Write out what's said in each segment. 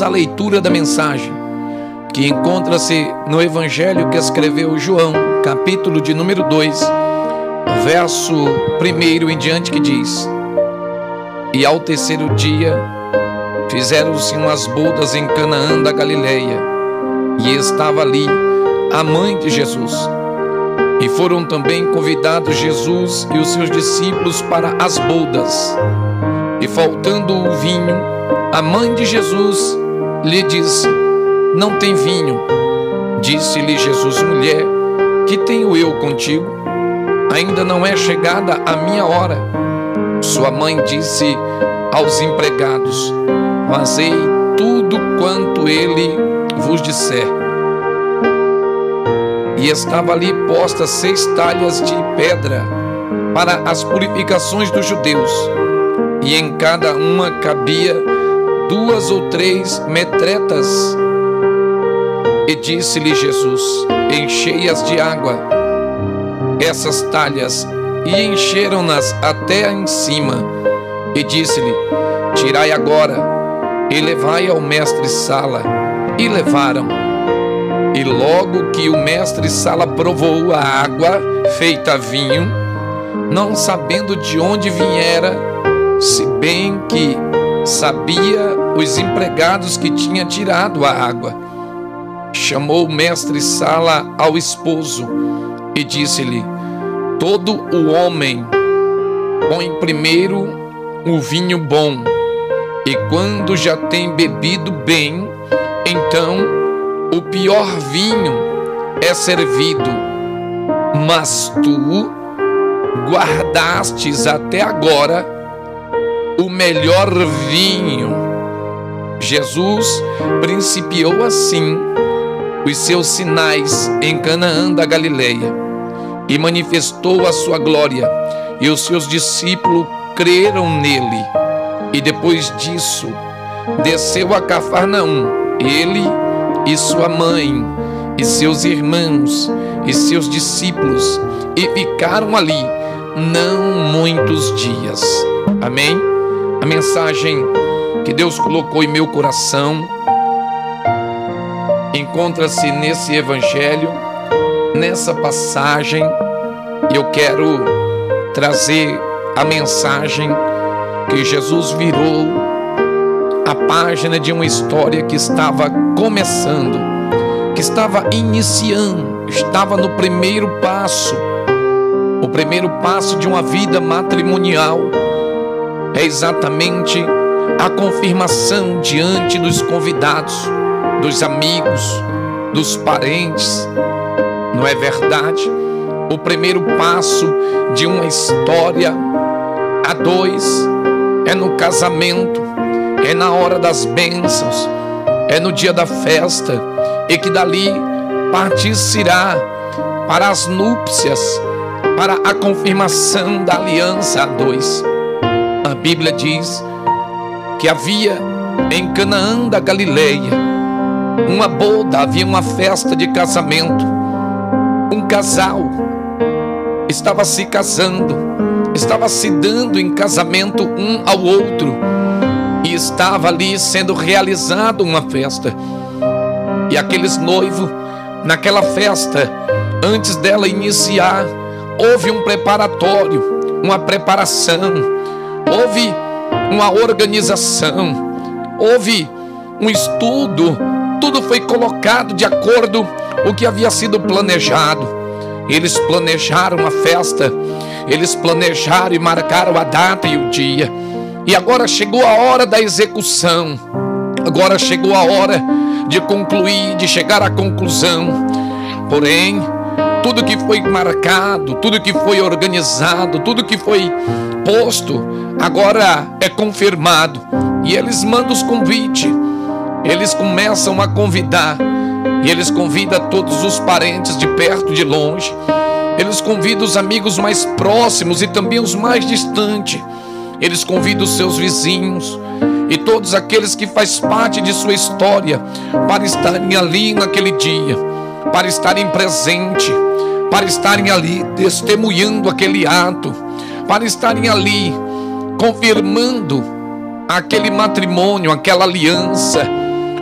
a leitura da mensagem, que encontra-se no Evangelho que escreveu João, capítulo de número 2, verso 1 em diante, que diz: E ao terceiro dia fizeram-se umas bodas em Canaã da Galileia, e estava ali a mãe de Jesus. E foram também convidados Jesus e os seus discípulos para as bodas. E faltando o vinho, a mãe de Jesus lhe disse: Não tem vinho. Disse-lhe Jesus: Mulher, que tenho eu contigo? Ainda não é chegada a minha hora. Sua mãe disse aos empregados: Fazei tudo quanto ele vos disser. E estava ali postas 6 talhas de pedra para as purificações dos judeus, e em cada uma cabia 2 ou 3 metretas. E disse-lhe Jesus: Enchei-as de água, essas talhas, e encheram-nas até em cima. E disse-lhe: Tirai agora, e levai ao mestre-sala. E levaram. E logo que o mestre-sala provou a água feita vinho, não sabendo de onde viera, se bem que sabia os empregados que tinha tirado a água, chamou o mestre-sala ao esposo e disse-lhe: Todo o homem põe primeiro o vinho bom, e quando já tem bebido bem, então o pior vinho é servido. Mas tu guardastes até agora o melhor vinho. Jesus principiou assim os seus sinais em Canaã da Galileia e manifestou a sua glória, e os seus discípulos creram nele. E depois disso desceu a Cafarnaum, ele e sua mãe, e seus irmãos, e seus discípulos, e ficaram ali não muitos dias. Amém? A mensagem que Deus colocou em meu coração encontra-se nesse Evangelho, nessa passagem, e eu quero trazer a mensagem que Jesus virou a página de uma história que estava começando, que estava iniciando, estava no primeiro passo. O primeiro passo de uma vida matrimonial é exatamente a confirmação diante dos convidados, dos amigos, dos parentes. Não é verdade? O primeiro passo de uma história a 2 é no casamento, é na hora das bênçãos, é no dia da festa, e que dali partir-se-á para as núpcias, para a confirmação da aliança a 2. A Bíblia diz que havia em Canaã da Galileia uma boda, havia uma festa de casamento. Um casal estava se casando, estava se dando em casamento um ao outro, e estava ali sendo realizada uma festa. E aqueles noivos, naquela festa, antes dela iniciar, houve um preparatório, uma preparação, houve uma organização, houve um estudo. Tudo foi colocado de acordo com o que havia sido planejado. Eles planejaram a festa, eles planejaram e marcaram a data e o dia. E agora chegou a hora da execução. Agora chegou a hora de concluir, de chegar à conclusão. Porém, tudo que foi marcado, tudo que foi organizado, tudo que foi posto, agora é confirmado. E eles mandam os convites. Eles começam a convidar. E eles convidam todos os parentes de perto, de longe. Eles convidam os amigos mais próximos e também os mais distantes. Eles convidam os seus vizinhos e todos aqueles que fazem parte de sua história para estarem ali naquele dia, para estarem presentes, para estarem ali testemunhando aquele ato, para estarem ali confirmando aquele matrimônio, aquela aliança,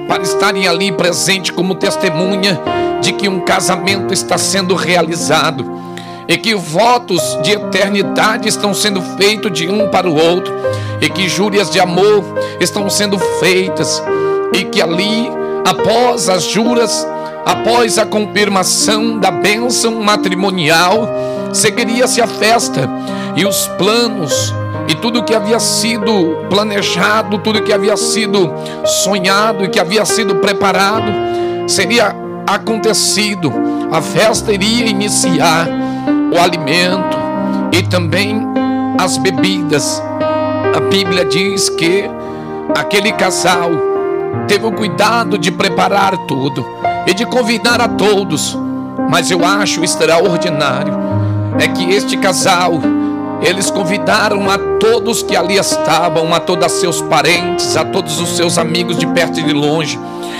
para estarem ali presente como testemunha de que um casamento está sendo realizado e que votos de eternidade estão sendo feitos de um para o outro, e que júrias de amor estão sendo feitas, e que ali, após as juras, após a confirmação da bênção matrimonial, seguiria-se a festa, e os planos e tudo que havia sido planejado, tudo que havia sido sonhado e que havia sido preparado seria acontecido. A festa iria iniciar, o alimento e também as bebidas. A Bíblia diz que aquele casal teve o cuidado de preparar tudo e de convidar a todos. Mas eu acho extraordinário é que este casal, eles convidaram a todos que ali estavam, a todos seus parentes, a todos os seus amigos de perto e de longe.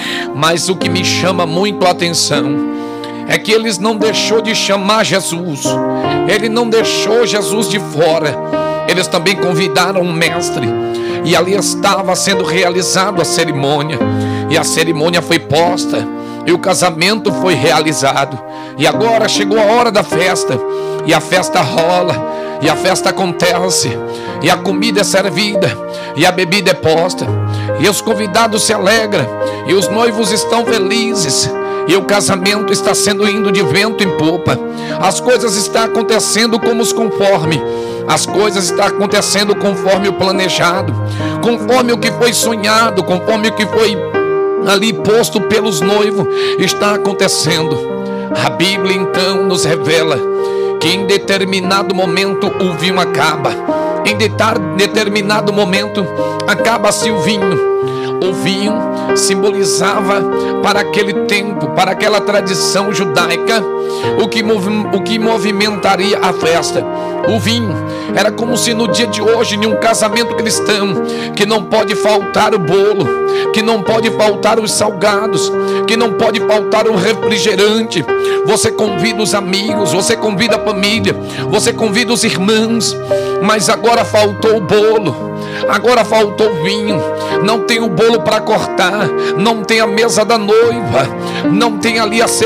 Mas o que me chama muito a atenção é que eles não deixou de chamar Jesus. Ele não deixou Jesus de fora. Eles também convidaram o mestre, e ali estava sendo realizada a cerimônia, e a cerimônia foi posta, e o casamento foi realizado. E agora chegou a hora da festa, e a festa rola, e a festa acontece, e a comida é servida, e a bebida é posta, e os convidados se alegram, e os noivos estão felizes, e o casamento está sendo indo de vento em popa. As coisas estão acontecendo como os conforme. As coisas estão acontecendo conforme o planejado, conforme o que foi sonhado, conforme o que foi ali posto pelos noivos, está acontecendo. A Bíblia então nos revela que em determinado momento o vinho acaba. Em determinado momento acaba-se o vinho. O vinho simbolizava para aquele tempo, para aquela tradição judaica, o que movimentaria a festa. O vinho era como se no dia de hoje, em um casamento cristão, que não pode faltar o bolo, que não pode faltar os salgados, que não pode faltar o refrigerante. Você convida os amigos, você convida a família, você convida os irmãos, mas agora faltou o bolo, agora faltou o vinho. Não tem o bolo para cortar, não tem a mesa da noiva, não tem ali as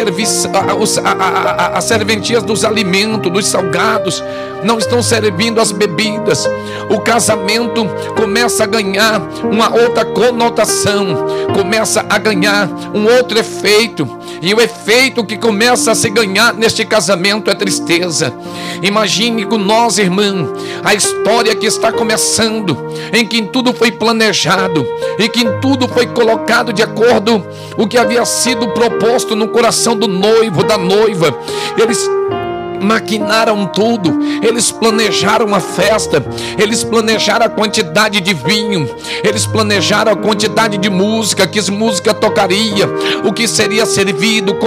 serventias dos alimentos, dos salgados, não estão servindo as bebidas. O casamento começa a ganhar uma outra conotação, começa a ganhar um outro efeito, e o efeito que começa a se ganhar neste casamento é tristeza. Imagine com nós, irmão, a história que está começando, em que tudo foi planejado e que tudo foi colocado de acordo com o que havia sido proposto no coração do noivo, da noiva. Eles maquinaram tudo, eles planejaram a festa, eles planejaram a quantidade de vinho, eles planejaram a quantidade de música, que música tocaria, o que seria servido,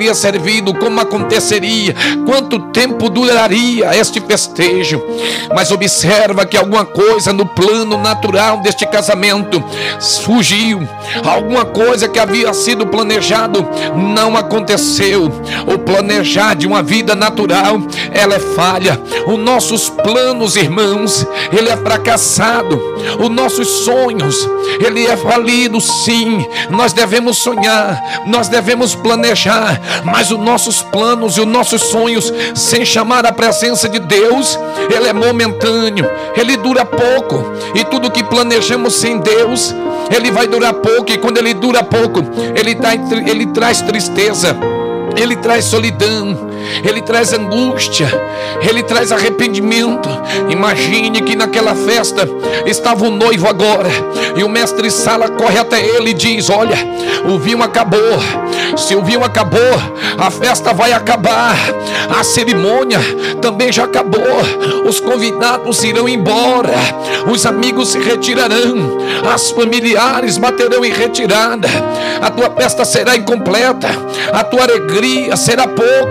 como aconteceria, quanto tempo duraria este festejo. Mas observa que alguma coisa no plano natural deste casamento fugiu, alguma coisa que havia sido planejado não aconteceu. O planejar de uma vida natural, ela é falha. Os nossos planos, irmãos, ele é fracassado. Os nossos sonhos, ele é falido, sim. Nós devemos sonhar, nós devemos planejar, mas os nossos planos e os nossos sonhos, sem chamar a presença de Deus, ele é momentâneo, ele dura pouco. E tudo que planejamos sem Deus, ele vai durar pouco. E quando ele dura pouco, ele traz tristeza, ele traz solidão, ele traz angústia, ele traz arrependimento. Imagine que naquela festa estava o noivo agora, e o mestre Sala corre até ele e diz: olha, o vinho acabou. Se o vinho acabou, a festa vai acabar, a cerimônia também já acabou, os convidados irão embora, os amigos se retirarão, as familiares baterão em retirada, a tua festa será incompleta, a tua alegria será pouca,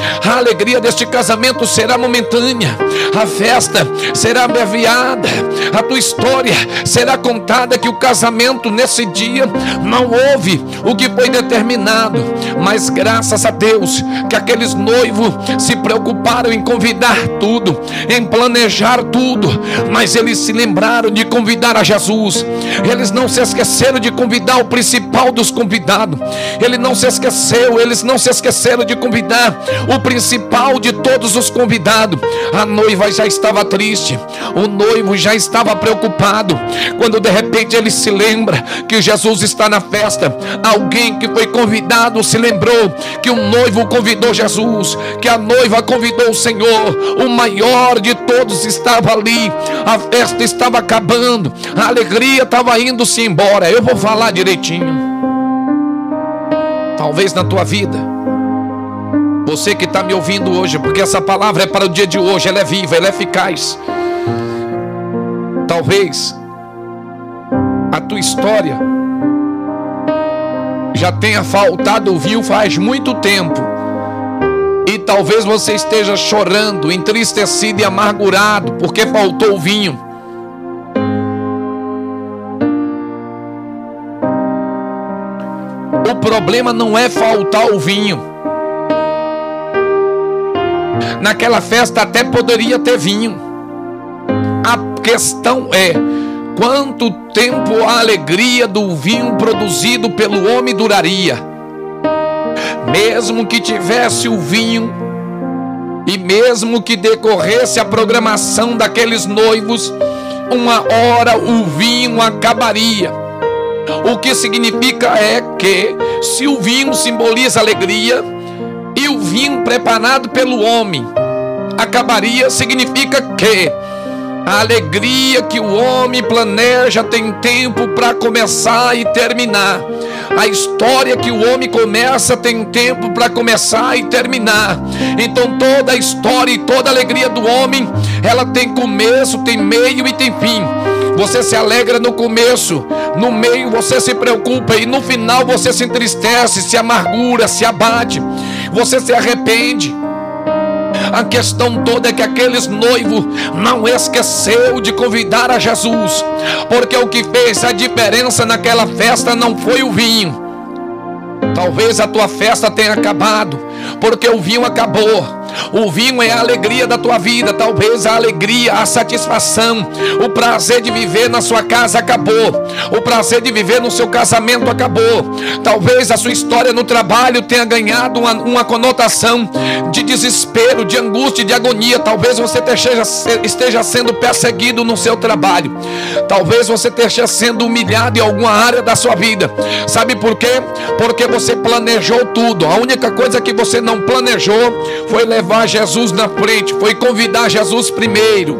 A alegria deste casamento será momentânea. A festa será abreviada. A tua história será contada que o casamento nesse dia não houve o que foi determinado, mas graças a Deus que aqueles noivos se preocuparam em convidar tudo, em planejar tudo, mas eles se lembraram de convidar a Jesus. Eles não se esqueceram de convidar o principal dos convidados. Eles não se esqueceram de convidar o principal de todos os convidados. A noiva já estava triste, o noivo já estava preocupado, quando de repente ele se lembra que Jesus está na festa. Alguém que foi convidado se lembrou que o noivo convidou Jesus, que a noiva convidou o Senhor. O maior de todos estava ali. A festa estava acabando, a alegria estava indo-se embora. Eu vou falar direitinho. Talvez na tua vida, você que está me ouvindo hoje, porque essa palavra é para o dia de hoje, ela é viva, ela é eficaz. Talvez a tua história já tenha faltado o vinho faz muito tempo, e talvez você esteja chorando, entristecido e amargurado porque faltou o vinho. O problema não é faltar o vinho. Naquela festa até poderia ter vinho. A questão é quanto tempo a alegria do vinho produzido pelo homem duraria. Mesmo que tivesse o vinho, e mesmo que decorresse a programação daqueles noivos, uma hora o vinho acabaria. O que significa é que, se o vinho simboliza alegria, e o vinho preparado pelo homem acabaria, significa que a alegria que o homem planeja tem tempo para começar e terminar. A história que o homem começa tem tempo para começar e terminar. Então toda a história e toda a alegria do homem, ela tem começo, tem meio e tem fim. Você se alegra no começo, no meio você se preocupa, e no final você se entristece, se amargura, se abate, você se arrepende. A questão toda é que aqueles noivos não esqueceu de convidar a Jesus, porque o que fez a diferença naquela festa não foi o vinho. Talvez a tua festa tenha acabado porque o vinho acabou. O vinho é a alegria da tua vida. Talvez a alegria, a satisfação, o prazer de viver na sua casa acabou. O prazer de viver no seu casamento acabou. Talvez a sua história no trabalho tenha ganhado uma conotação de desespero, de angústia, de agonia. Talvez você esteja sendo perseguido no seu trabalho. Talvez você esteja sendo humilhado em alguma área da sua vida. Sabe por quê? Porque você planejou tudo. A única coisa que você não planejou foi levar Jesus na frente, foi convidar Jesus primeiro.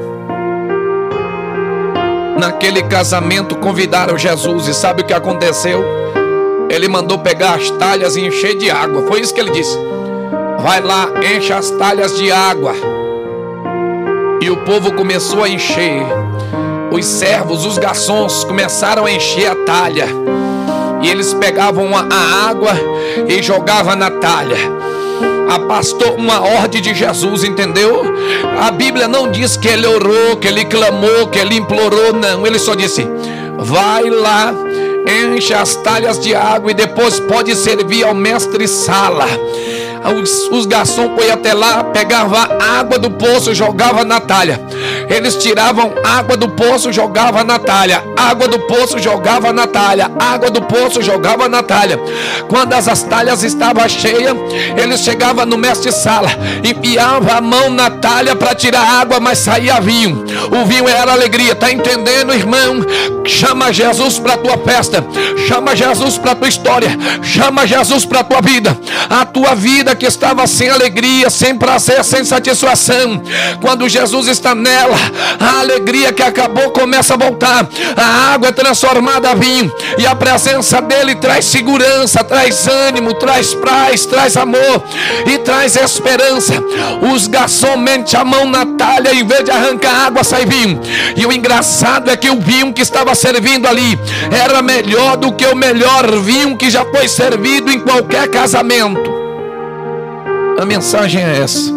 Naquele casamento convidaram Jesus, e sabe o que aconteceu? Ele mandou pegar as talhas e encher de água. Foi isso que ele disse: vai lá, enche as talhas de água. E o povo começou a encher. Os servos, os garçons começaram a encher a talha, e eles pegavam a água e jogavam na talha. Abastou uma ordem de Jesus, entendeu? A Bíblia não diz que ele orou, que ele clamou, que ele implorou, não. Ele só disse: vai lá, enche as talhas de água e depois pode servir ao mestre Sala. Os garçons foram até lá, pegavam água do poço, jogavam na talha. Eles tiravam água do poço, jogavam na talha. Água do poço, jogavam na talha. Água do poço, jogavam na talha. Quando as talhas estavam cheias, eles chegavam no mestre Sala, enfiavam a mão na talha para tirar água, mas saía vinho. O vinho era alegria. Tá entendendo, irmão? Chama Jesus para a tua festa. Chama Jesus para a tua história. Chama Jesus para a tua vida. A tua vida que estava sem alegria, sem prazer, sem satisfação, quando Jesus está nela, a alegria que acabou começa a voltar. A água é transformada a vinho, e a presença dele traz segurança, traz ânimo, traz paz, traz amor e traz esperança. Os garçons metem a mão na talha, em vez de arrancar água sai vinho. E o engraçado é que o vinho que estava servindo ali era melhor do que o melhor vinho que já foi servido em qualquer casamento. A mensagem é essa: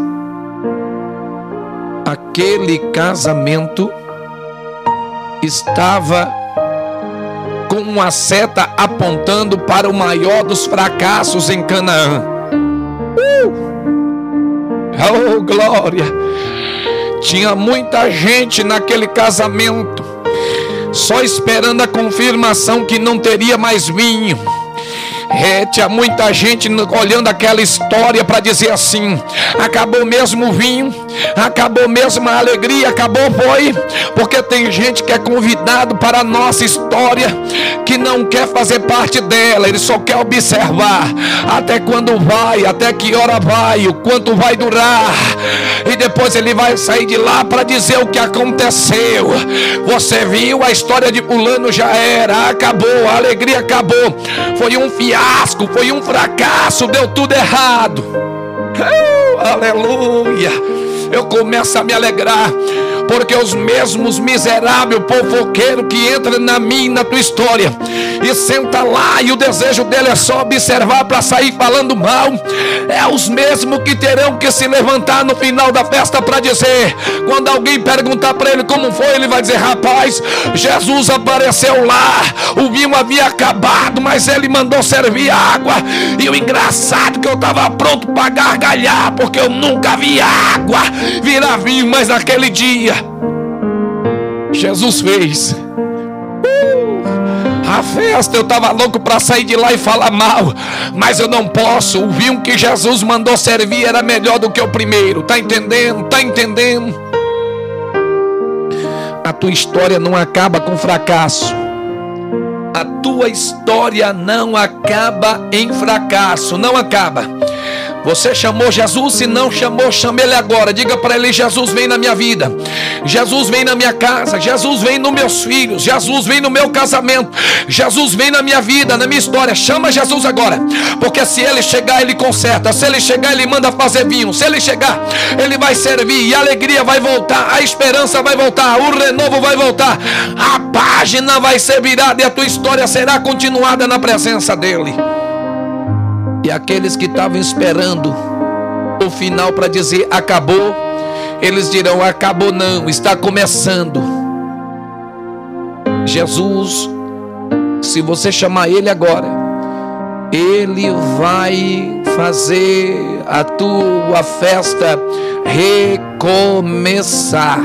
aquele casamento estava com uma seta apontando para o maior dos fracassos em Canaã. Oh, glória! Tinha muita gente naquele casamento só esperando a confirmação que não teria mais vinho. Tinha muita gente olhando aquela história para dizer assim: acabou mesmo o vinho, acabou mesmo a alegria, acabou, foi. Porque tem gente que é convidado para a nossa história que não quer fazer parte dela, ele só quer observar até quando vai, até que hora vai, o quanto vai durar, e depois ele vai sair de lá para dizer o que aconteceu. Você viu, a história de fulano já era, acabou, a alegria acabou, foi um fiasco, foi um fracasso, deu tudo errado. Aleluia! Eu começo a me alegrar, porque os mesmos miseráveis fofoqueiros que entram na minha e na tua história e senta lá e o desejo dele é só observar para sair falando mal, é os mesmos que terão que se levantar no final da festa para dizer, quando alguém perguntar para ele como foi, ele vai dizer: rapaz, Jesus apareceu lá, o vinho havia acabado, mas ele mandou servir água, e o engraçado é que eu estava pronto para gargalhar, porque eu nunca vi água virar vinho, mas naquele dia Jesus fez. A festa, eu estava louco para sair de lá e falar mal, mas eu não posso. O vinho que Jesus mandou servir era melhor do que o primeiro. Tá entendendo? Tá entendendo? A tua história não acaba com fracasso. A tua história não acaba em fracasso. Não acaba. Você chamou Jesus, se não chamou, chame ele agora. Diga para ele: Jesus vem na minha vida, Jesus vem na minha casa, Jesus vem nos meus filhos, Jesus vem no meu casamento, Jesus vem na minha vida, na minha história. Chama Jesus agora, porque se ele chegar, ele conserta. Se ele chegar, ele manda fazer vinho. Se ele chegar, ele vai servir, e a alegria vai voltar, a esperança vai voltar, o renovo vai voltar, a página vai ser virada e a tua história será continuada na presença dele. E aqueles que estavam esperando o final para dizer acabou, eles dirão: acabou não, está começando. Jesus, se você chamar ele agora, ele vai fazer a tua festa recomeçar.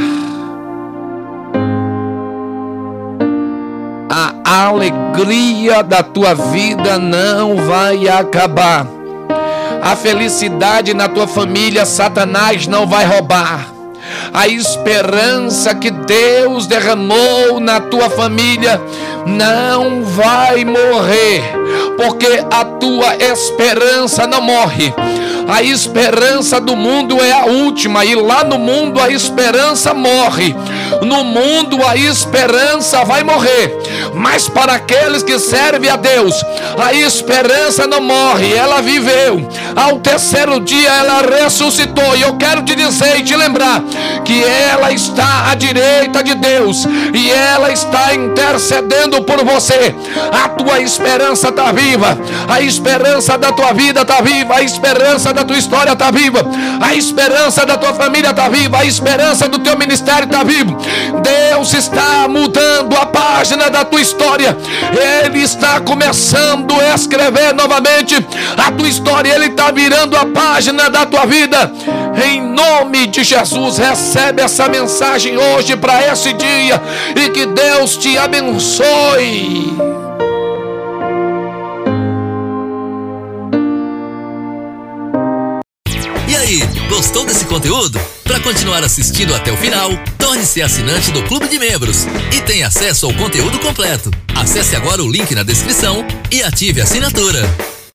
A alegria da tua vida não vai acabar. A felicidade na tua família, Satanás não vai roubar. A esperança que Deus derramou na tua família não vai morrer, porque a tua esperança não morre. A esperança do mundo é a última, e lá no mundo a esperança morre. No mundo a esperança vai morrer, mas para aqueles que servem a Deus, a esperança não morre, ela viveu. Ao terceiro dia ela ressuscitou, e eu quero te dizer e te lembrar que ela está à direita de Deus, e ela está intercedendo por você. A tua esperança está viva, a esperança da tua vida está viva, a esperança da tua história está viva, a esperança da tua família está viva, a esperança do teu ministério está vivo. Deus está mudando a página da tua história, ele está começando a escrever novamente a tua história, ele está virando a página da tua vida. Em nome de Jesus, recebe essa mensagem hoje para esse dia, e que Deus te abençoe. E aí, gostou desse conteúdo? Para continuar assistindo até o final, torne-se assinante do Clube de Membros e tenha acesso ao conteúdo completo. Acesse agora o link na descrição e ative a assinatura.